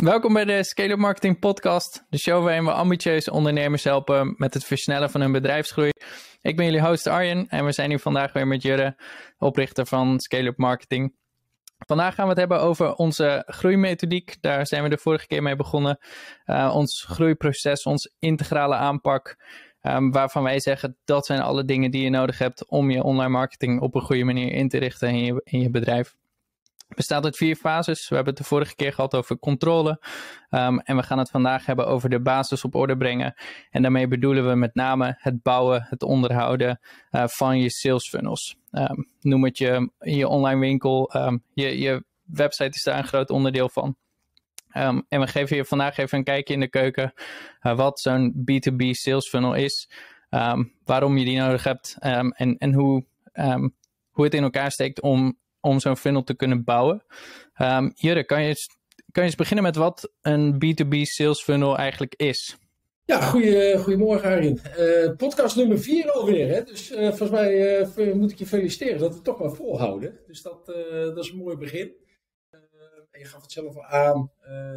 Welkom bij de Scale-up Marketing Podcast, de show waarin we ambitieuze ondernemers helpen met het versnellen van hun bedrijfsgroei. Ik ben jullie host Arjen en we zijn hier vandaag weer met Jurre, oprichter van Scale-up Marketing. Vandaag gaan we het hebben over onze groeimethodiek. Daar zijn we de vorige keer mee begonnen. Ons groeiproces, ons integrale aanpak, waarvan wij zeggen dat zijn alle dingen die je nodig hebt om je online marketing op een goede manier in te richten in je bedrijf. Het bestaat uit 4 fases. We hebben het de vorige keer gehad over controle. En we gaan het vandaag hebben over de basis op orde brengen. En daarmee bedoelen we met name het bouwen, het onderhouden van je sales funnels. Noem het je online winkel. Je website is daar een groot onderdeel van. En we geven je vandaag even een kijkje in de keuken. Wat zo'n B2B sales funnel is. Waarom je die nodig hebt. En hoe het in elkaar steekt om zo'n funnel te kunnen bouwen. Jurre, kan je eens beginnen met wat een B2B sales funnel eigenlijk is? Ja, goedemorgen Arjen. Podcast nummer 4 alweer. Hè? Dus volgens mij moet ik je feliciteren dat we het toch maar volhouden. Dus dat is een mooi begin. En je gaf het zelf al aan.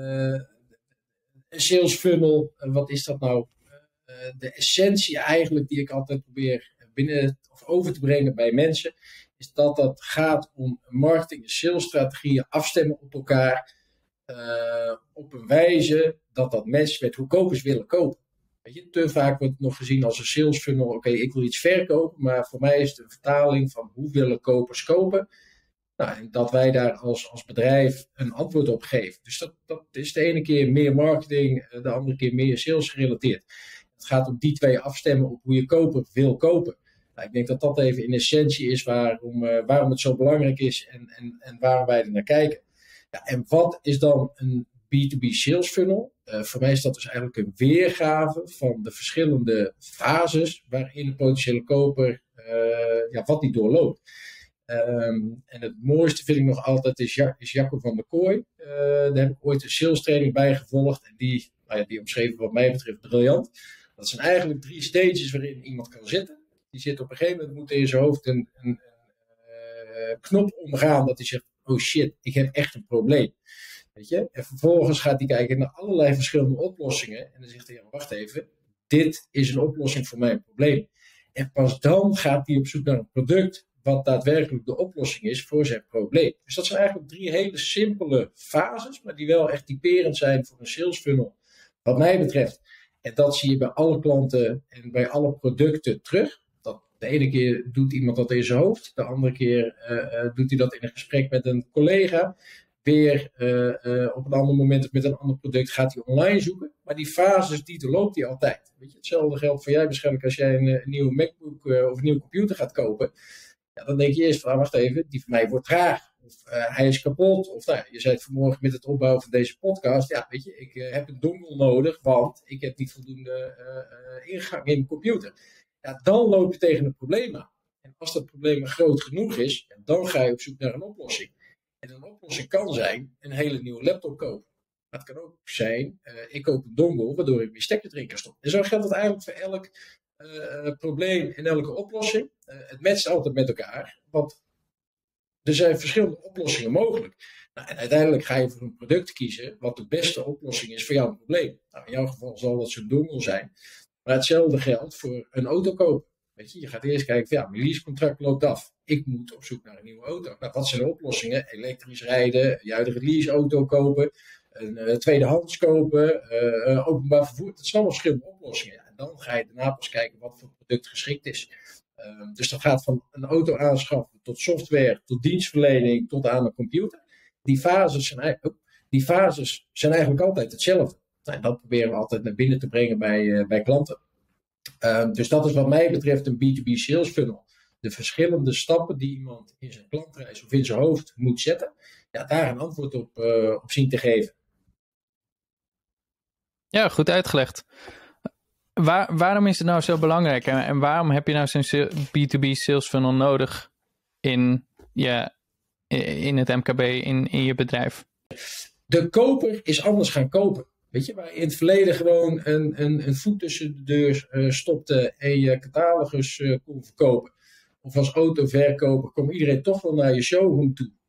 Een sales funnel, wat is dat nou? De essentie eigenlijk die ik altijd probeer over te brengen bij mensen, is dat het gaat om marketing- en salesstrategieën afstemmen op elkaar op een wijze dat matcht met hoe kopers willen kopen. Weet je, te vaak wordt het nog gezien als een sales funnel. Oké, ik wil iets verkopen, maar voor mij is het een vertaling van hoe willen kopers kopen. Nou, en dat wij daar als bedrijf een antwoord op geven. Dus dat is de ene keer meer marketing, de andere keer meer sales gerelateerd. Het gaat om die 2 afstemmen op hoe je koper wil kopen. Nou, ik denk dat dat even in essentie is waarom het zo belangrijk is en waarom wij er naar kijken. Ja, en wat is dan een B2B sales funnel? Voor mij is dat dus eigenlijk een weergave van de verschillende fases waarin een potentiële koper wat die doorloopt. En het mooiste vind ik nog altijd is Jacco van der Kooi. Daar heb ik ooit een sales training bij gevolgd en die omschreven wat mij betreft briljant. Dat zijn eigenlijk 3 stages waarin iemand kan zitten. Die zit op een gegeven moment, moet in zijn hoofd een knop omgaan dat hij zegt, oh shit, ik heb echt een probleem. Weet je? En vervolgens gaat hij kijken naar allerlei verschillende oplossingen. En dan zegt hij, ja, wacht even, dit is een oplossing voor mijn probleem. En pas dan gaat hij op zoek naar een product wat daadwerkelijk de oplossing is voor zijn probleem. Dus dat zijn eigenlijk 3 hele simpele fases, maar die wel echt typerend zijn voor een sales funnel, wat mij betreft. En dat zie je bij alle klanten en bij alle producten terug. De ene keer doet iemand dat in zijn hoofd. De andere keer doet hij dat in een gesprek met een collega. Weer op een ander moment met een ander product gaat hij online zoeken. Maar die fases, die loopt hij altijd. Weet je, hetzelfde geldt voor jij waarschijnlijk als jij een nieuwe MacBook of een nieuwe computer gaat kopen. Ja, dan denk je eerst van, wacht even, die van mij wordt traag. Of hij is kapot. Of je zei het vanmorgen met het opbouwen van deze podcast. Ja, weet je, ik heb een dongle nodig, want ik heb niet voldoende ingang in mijn computer. Ja, dan loop je tegen een probleem aan. En als dat probleem groot genoeg is, dan ga je op zoek naar een oplossing. En een oplossing kan zijn een hele nieuwe laptop kopen. Maar het kan ook zijn, ik koop een dongle waardoor ik mijn stekker erin kan stoppen. En zo geldt het eigenlijk voor elk probleem en elke oplossing. Het matcht altijd met elkaar, want er zijn verschillende oplossingen mogelijk. Nou, en uiteindelijk ga je voor een product kiezen wat de beste oplossing is voor jouw probleem. Nou, in jouw geval zal dat zo'n dongle zijn. Maar hetzelfde geldt voor een auto kopen. Weet je gaat eerst kijken, ja, mijn leasecontract loopt af. Ik moet op zoek naar een nieuwe auto. Nou, wat zijn de oplossingen? Elektrisch rijden, je huidige leaseauto kopen, een tweedehands kopen, openbaar vervoer. Dat zijn allemaal verschillende oplossingen. Ja, en dan ga je daarna pas kijken wat voor product geschikt is. Dus dat gaat van een auto aanschaffen tot software, tot dienstverlening, tot aan een computer. Die fases zijn eigenlijk altijd hetzelfde. En dat proberen we altijd naar binnen te brengen bij klanten. Dus dat is wat mij betreft een B2B sales funnel. De verschillende stappen die iemand in zijn klantreis of in zijn hoofd moet zetten. Ja, daar een antwoord op zien te geven. Ja, goed uitgelegd. Waarom is het nou zo belangrijk? En waarom heb je nou zo'n B2B sales funnel nodig in het MKB, in je bedrijf? De koper is anders gaan kopen. Weet je, waar je in het verleden gewoon een voet tussen de deur stopte en je catalogus kon verkopen. Of als autoverkoper kwam iedereen toch wel naar je showroom toe.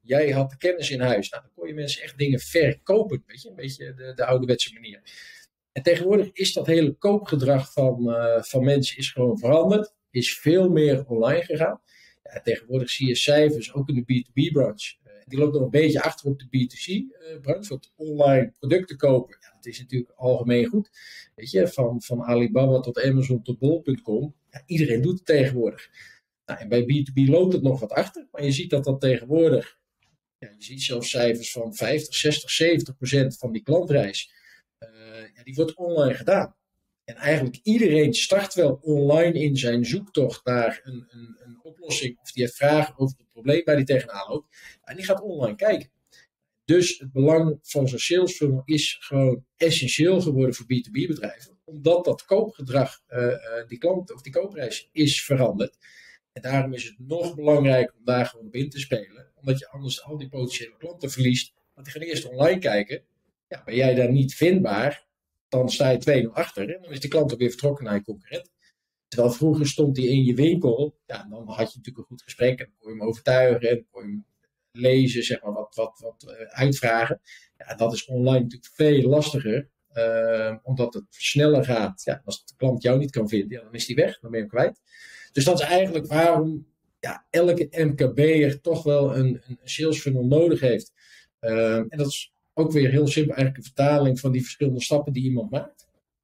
Jij had de kennis in huis. Nou, dan kon je mensen echt dingen verkopen. Weet je, een beetje de ouderwetse manier. En tegenwoordig is dat hele koopgedrag van mensen is gewoon veranderd. Is veel meer online gegaan. Ja, tegenwoordig zie je cijfers, ook in de B2B-branche. Die loopt nog een beetje achter op de B2C-branche. Want online producten kopen, ja, dat is natuurlijk algemeen goed. Weet je, van Alibaba tot Amazon tot Bol.com. Ja, iedereen doet het tegenwoordig. Nou, en bij B2B loopt het nog wat achter. Maar je ziet dat tegenwoordig, ja, je ziet zelfs cijfers van 50, 60, 70% van die klantreis. Die wordt online gedaan. En eigenlijk iedereen start wel online in zijn zoektocht naar een oplossing. Of die heeft vragen over het probleem waar die tegenaan loopt. En die gaat online kijken. Dus het belang van zo'n sales funnel is gewoon essentieel geworden voor B2B bedrijven. Omdat dat koopgedrag, die klant of die koopprijs is veranderd. En daarom is het nog belangrijker om daar gewoon op in te spelen. Omdat je anders al die potentiële klanten verliest. Want die gaan eerst online kijken. Ja, ben jij daar niet vindbaar, dan sta je 2-0 achter. En dan is die klant ook weer vertrokken naar je concurrent. Terwijl vroeger stond hij in je winkel. Ja, dan had je natuurlijk een goed gesprek. En dan kon je hem overtuigen. En dan kon je hem lezen, zeg maar, wat uitvragen. Ja, dat is online natuurlijk veel lastiger. Omdat het sneller gaat. Ja, als de klant jou niet kan vinden, ja, dan is hij weg. Dan ben je hem kwijt. Dus dat is eigenlijk waarom elke MKB'er toch wel een sales funnel nodig heeft. En dat is ook weer heel simpel eigenlijk een vertaling van die verschillende stappen die iemand maakt.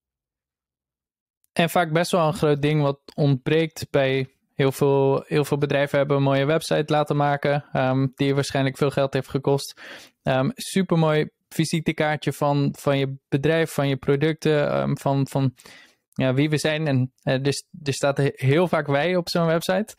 En vaak best wel een groot ding wat ontbreekt bij heel veel bedrijven hebben een mooie website laten maken. Die waarschijnlijk veel geld heeft gekost. Supermooi visitekaartje van je bedrijf, van je producten, van wie we zijn. En dus er staat heel vaak wij op zo'n website.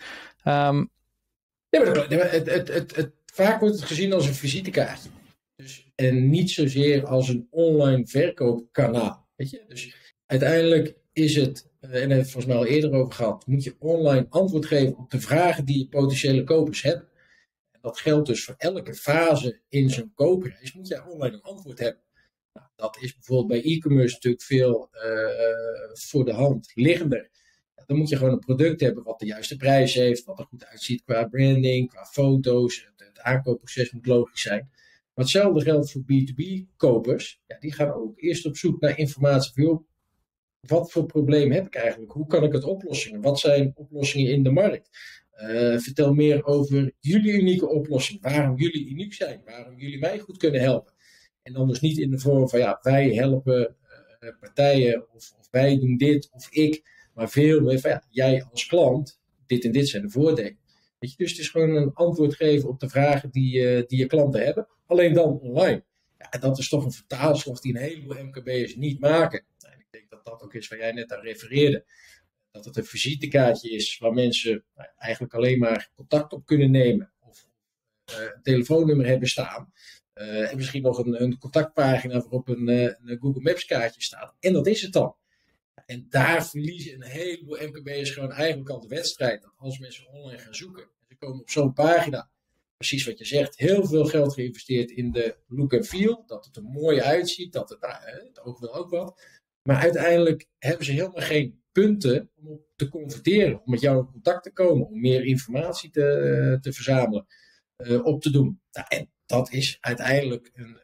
Vaak wordt het gezien als een visitekaartje. Dus, en niet zozeer als een online verkoopkanaal. Weet je? Dus uiteindelijk is het, en daar hebben we het volgens mij al eerder over gehad, moet je online antwoord geven op de vragen die je potentiële kopers hebben. En dat geldt dus voor elke fase in zo'n koopreis, moet je online een antwoord hebben. Nou, dat is bijvoorbeeld bij e-commerce natuurlijk veel voor de hand liggender. Dan moet je gewoon een product hebben wat de juiste prijs heeft, wat er goed uitziet qua branding, qua foto's. Het aankoopproces moet logisch zijn. Maar hetzelfde geldt voor B2B-kopers. Ja, die gaan ook eerst op zoek naar informatie. Wat voor probleem heb ik eigenlijk? Hoe kan ik het oplossen? Wat zijn oplossingen in de markt? Vertel meer over jullie unieke oplossing. Waarom jullie uniek zijn. Waarom jullie mij goed kunnen helpen. En dan dus niet in de vorm van wij helpen partijen. Of wij doen dit of ik. Maar veel meer van jij als klant. Dit en dit zijn de voordelen. Weet je, dus het is gewoon een antwoord geven op de vragen die je klanten hebben. Alleen dan online. Ja, en dat is toch een vertaalslag die een heleboel MKB'ers niet maken. En ik denk dat dat ook is waar jij net aan refereerde. Dat het een visitekaartje is waar mensen eigenlijk alleen maar contact op kunnen nemen. Of een telefoonnummer hebben staan. En misschien nog een contactpagina waarop een Google Maps kaartje staat. En dat is het dan. En daar verliezen een heleboel MKB'ers gewoon eigenlijk al de wedstrijd. Dat als mensen online gaan zoeken. Ze komen op zo'n pagina. Precies wat je zegt. Heel veel geld geïnvesteerd in de look and feel. Dat het er mooi uitziet. Dat het oog wil ook wat. Maar uiteindelijk hebben ze helemaal geen punten om op te converteren. Om met jou in contact te komen. Om meer informatie te verzamelen. Op te doen. Nou, en dat is uiteindelijk een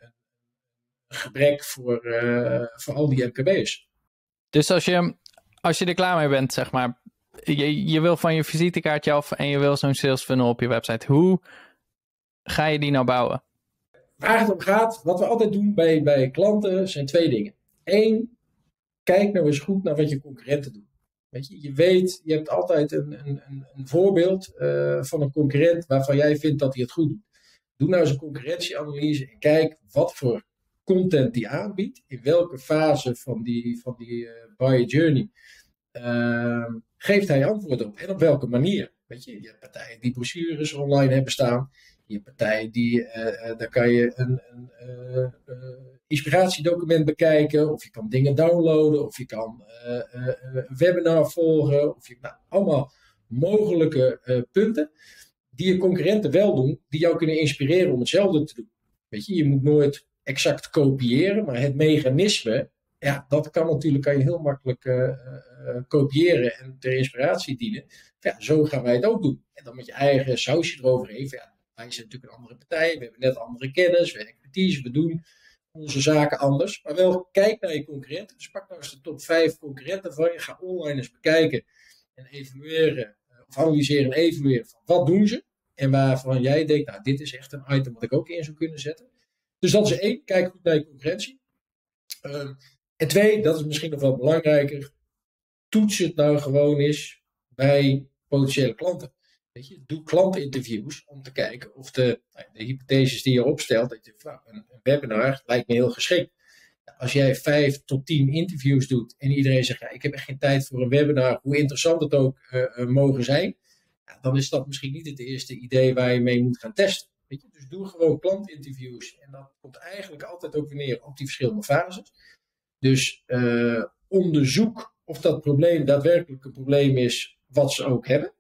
gebrek voor al die MKB'ers. Dus als je er klaar mee bent, zeg maar. Je wil van je visitekaartje af en je wil zo'n sales funnel op je website. Hoe ga je die nou bouwen? Waar het om gaat, wat we altijd doen bij klanten, zijn 2 dingen. 1, kijk nou eens goed naar wat je concurrenten doen. Weet je hebt altijd een voorbeeld van een concurrent waarvan jij vindt dat hij het goed doet. Doe nou eens een concurrentieanalyse en kijk wat voor content die aanbiedt, in welke fase van die buyer journey geeft hij antwoord op en op welke manier. Weet je hebt partijen die brochures online hebben staan, je hebt partijen die, daar kan je een inspiratiedocument bekijken, of je kan dingen downloaden, of je kan een webinar volgen, of allemaal mogelijke punten die je concurrenten wel doen, die jou kunnen inspireren om hetzelfde te doen. Weet je moet nooit exact kopiëren, maar het mechanisme, dat kan je heel makkelijk kopiëren en ter inspiratie dienen. Ja, zo gaan wij het ook doen. En dan met je eigen sausje eroverheen. Wij zijn natuurlijk een andere partij, we hebben net andere kennis, we hebben expertise, we doen onze zaken anders. Maar wel kijk naar je concurrenten. Dus pak nou eens de top 5 concurrenten van je. Ga online eens bekijken en evalueren, of analyseren en evalueren van wat doen ze. En waarvan jij denkt, nou dit is echt een item wat ik ook in zou kunnen zetten. Dus dat is 1, kijk goed naar je concurrentie. En 2, dat is misschien nog wel belangrijker, toets het nou gewoon eens bij potentiële klanten. Weet je, doe klantinterviews om te kijken of de hypotheses die je opstelt, dat je een webinar lijkt me heel geschikt. Als jij 5 tot 10 interviews doet en iedereen zegt, ik heb echt geen tijd voor een webinar, hoe interessant het ook mogen zijn, dan is dat misschien niet het eerste idee waar je mee moet gaan testen. Weet je? Dus doe gewoon klantinterviews en dat komt eigenlijk altijd ook weer neer op die verschillende fases. Dus onderzoek of dat probleem daadwerkelijk een probleem is wat ze ook hebben.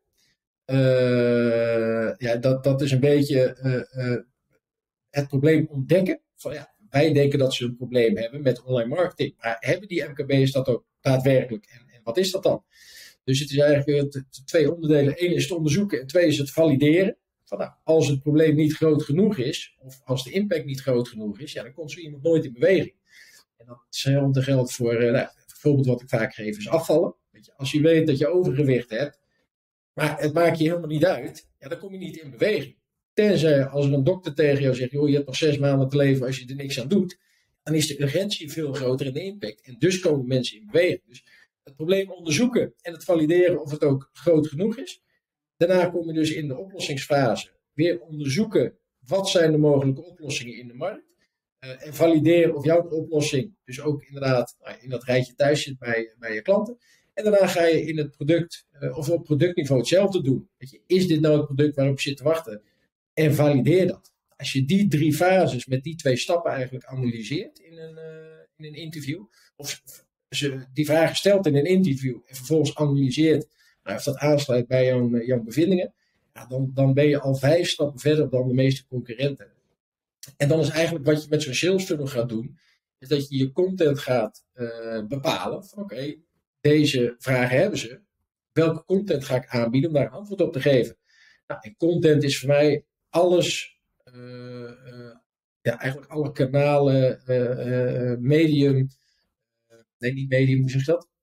Dat is een beetje het probleem ontdekken. Wij denken dat ze een probleem hebben met online marketing. Maar hebben die MKB's dat ook daadwerkelijk? En wat is dat dan? Dus het is eigenlijk 2 onderdelen. 1 is het onderzoeken en 2 is het valideren. Als het probleem niet groot genoeg is, of als de impact niet groot genoeg is, dan komt zo iemand nooit in beweging. En datzelfde geldt voor, het voorbeeld wat ik vaak geef, is afvallen. Weet je, als je weet dat je overgewicht hebt, maar het maakt je helemaal niet uit, dan kom je niet in beweging. Tenzij als er een dokter tegen jou zegt, joh, je hebt nog 6 maanden te leven als je er niks aan doet, dan is de urgentie veel groter en de impact. En dus komen mensen in beweging. Dus het probleem onderzoeken en het valideren of het ook groot genoeg is. Daarna kom je dus in de oplossingsfase weer onderzoeken wat zijn de mogelijke oplossingen in de markt. En valideren of jouw oplossing dus ook inderdaad in dat rijtje thuis zit bij je klanten. En daarna ga je in het product of op productniveau hetzelfde doen. Weet je, is dit nou het product waarop je zit te wachten? En valideer dat. Als je die 3 fases met die 2 stappen eigenlijk analyseert in een interview, of die vragen stelt in een interview en vervolgens analyseert of dat aansluit bij jouw bevindingen, dan ben je al 5 stappen verder dan de meeste concurrenten. En dan is eigenlijk wat je met zo'n sales funnel gaat doen, is dat je je content gaat bepalen van oké, deze vragen hebben ze. Welke content ga ik aanbieden om daar een antwoord op te geven? En content is voor mij alles, eigenlijk alle kanalen, medium, niet medium, hoe zeg je dat?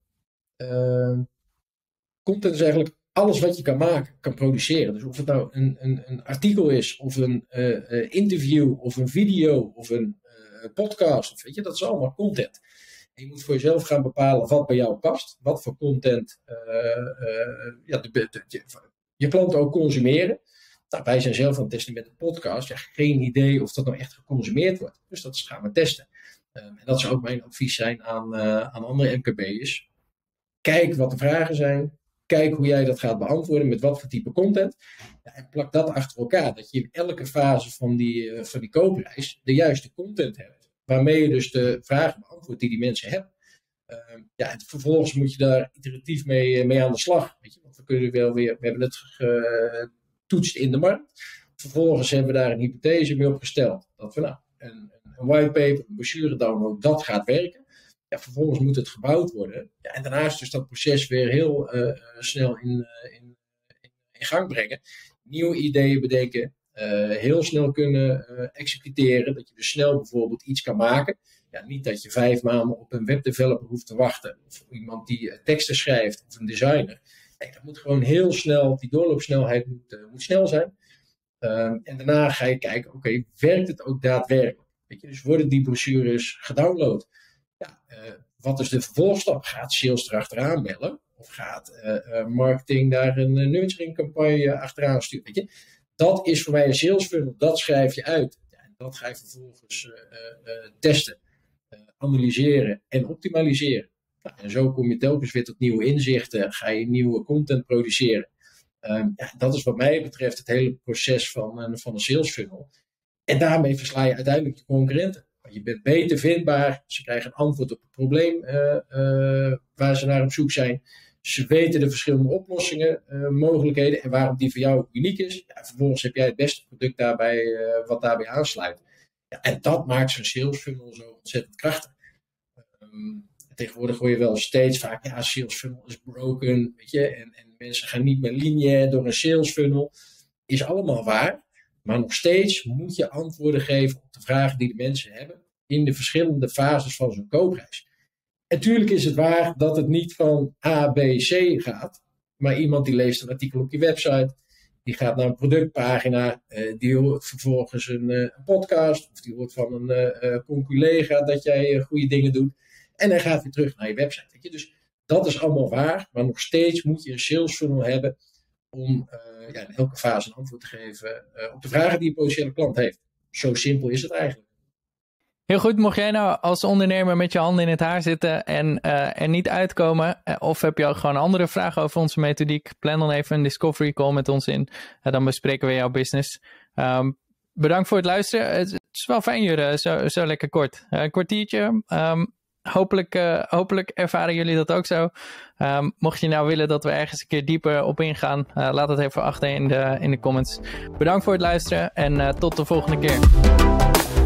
Content is eigenlijk alles wat je kan maken, kan produceren. Dus of het nou een artikel is, of een interview, of een video, of een podcast, of, weet je, dat is allemaal content. En je moet voor jezelf gaan bepalen wat bij jou past, wat voor content je klanten ook consumeren. Wij zijn zelf aan het testen met een podcast. Geen idee of dat nou echt geconsumeerd wordt. Dus dat gaan we testen. En dat zou ook mijn advies zijn aan andere MKB'ers. Kijk wat de vragen zijn. Kijk hoe jij dat gaat beantwoorden, met wat voor type content. En plak dat achter elkaar. Dat je in elke fase van die koopreis de juiste content hebt. Waarmee je dus de vragen beantwoordt die mensen hebben. En vervolgens moet je daar iteratief mee aan de slag. Weet je? Want we hebben het getoetst in de markt. Vervolgens hebben we daar een hypothese mee opgesteld. Dat we een whitepaper, een brochure download, dat gaat werken. Vervolgens moet het gebouwd worden. En daarnaast dus dat proces weer heel snel in gang brengen. Nieuwe ideeën bedenken. Heel snel kunnen executeren. Dat je dus snel bijvoorbeeld iets kan maken. Niet dat je 5 maanden op een webdeveloper hoeft te wachten. Of iemand die teksten schrijft. Of een designer. Nee, dat moet gewoon heel snel. Die doorloopsnelheid moet snel zijn. En daarna ga je kijken. Oké, werkt het ook daadwerkelijk? Weet je, dus worden die brochures gedownload? Wat is de vervolgstap? Gaat sales erachteraan bellen? Of gaat marketing daar een nurturing campagne achteraan sturen? Weet je? Dat is voor mij een sales funnel. Dat schrijf je uit. En dat ga je vervolgens testen, analyseren en optimaliseren. En zo kom je telkens weer tot nieuwe inzichten. Ga je nieuwe content produceren. Dat is wat mij betreft het hele proces van een sales funnel. En daarmee versla je uiteindelijk je concurrenten. Je bent beter vindbaar. Ze krijgen een antwoord op het probleem waar ze naar op zoek zijn. Ze weten de verschillende oplossingen, mogelijkheden en waarom die voor jou uniek is. Vervolgens heb jij het beste product daarbij, wat daarbij aansluit. En dat maakt zo'n sales funnel zo ontzettend krachtig. Tegenwoordig hoor je wel steeds vaak, sales funnel is broken. Weet je, en mensen gaan niet meer lineair door een sales funnel. Is allemaal waar. Maar nog steeds moet je antwoorden geven op de vragen die de mensen hebben in de verschillende fases van zo'n koopreis. En tuurlijk is het waar dat het niet van A, B, C gaat. Maar iemand die leest een artikel op je website, die gaat naar een productpagina, die hoort vervolgens een podcast, of die hoort van een conculega dat jij goede dingen doet. En hij gaat weer terug naar je website. Weet je? Dus dat is allemaal waar, maar nog steeds moet je een sales funnel hebben om in elke fase een antwoord te geven op de vragen die een potentiële klant heeft. Zo simpel is het eigenlijk. Heel goed, mocht jij nou als ondernemer met je handen in het haar zitten en er niet uitkomen, of heb je ook gewoon andere vragen over onze methodiek, plan dan even een discovery call met ons in. Dan bespreken we jouw business. Bedankt voor het luisteren. Het is wel fijn, Jurre, zo lekker kort. Een kwartiertje. Hopelijk ervaren jullie dat ook zo. Mocht je nou willen dat we ergens een keer dieper op ingaan, laat het even achter in de comments. Bedankt voor het luisteren en tot de volgende keer.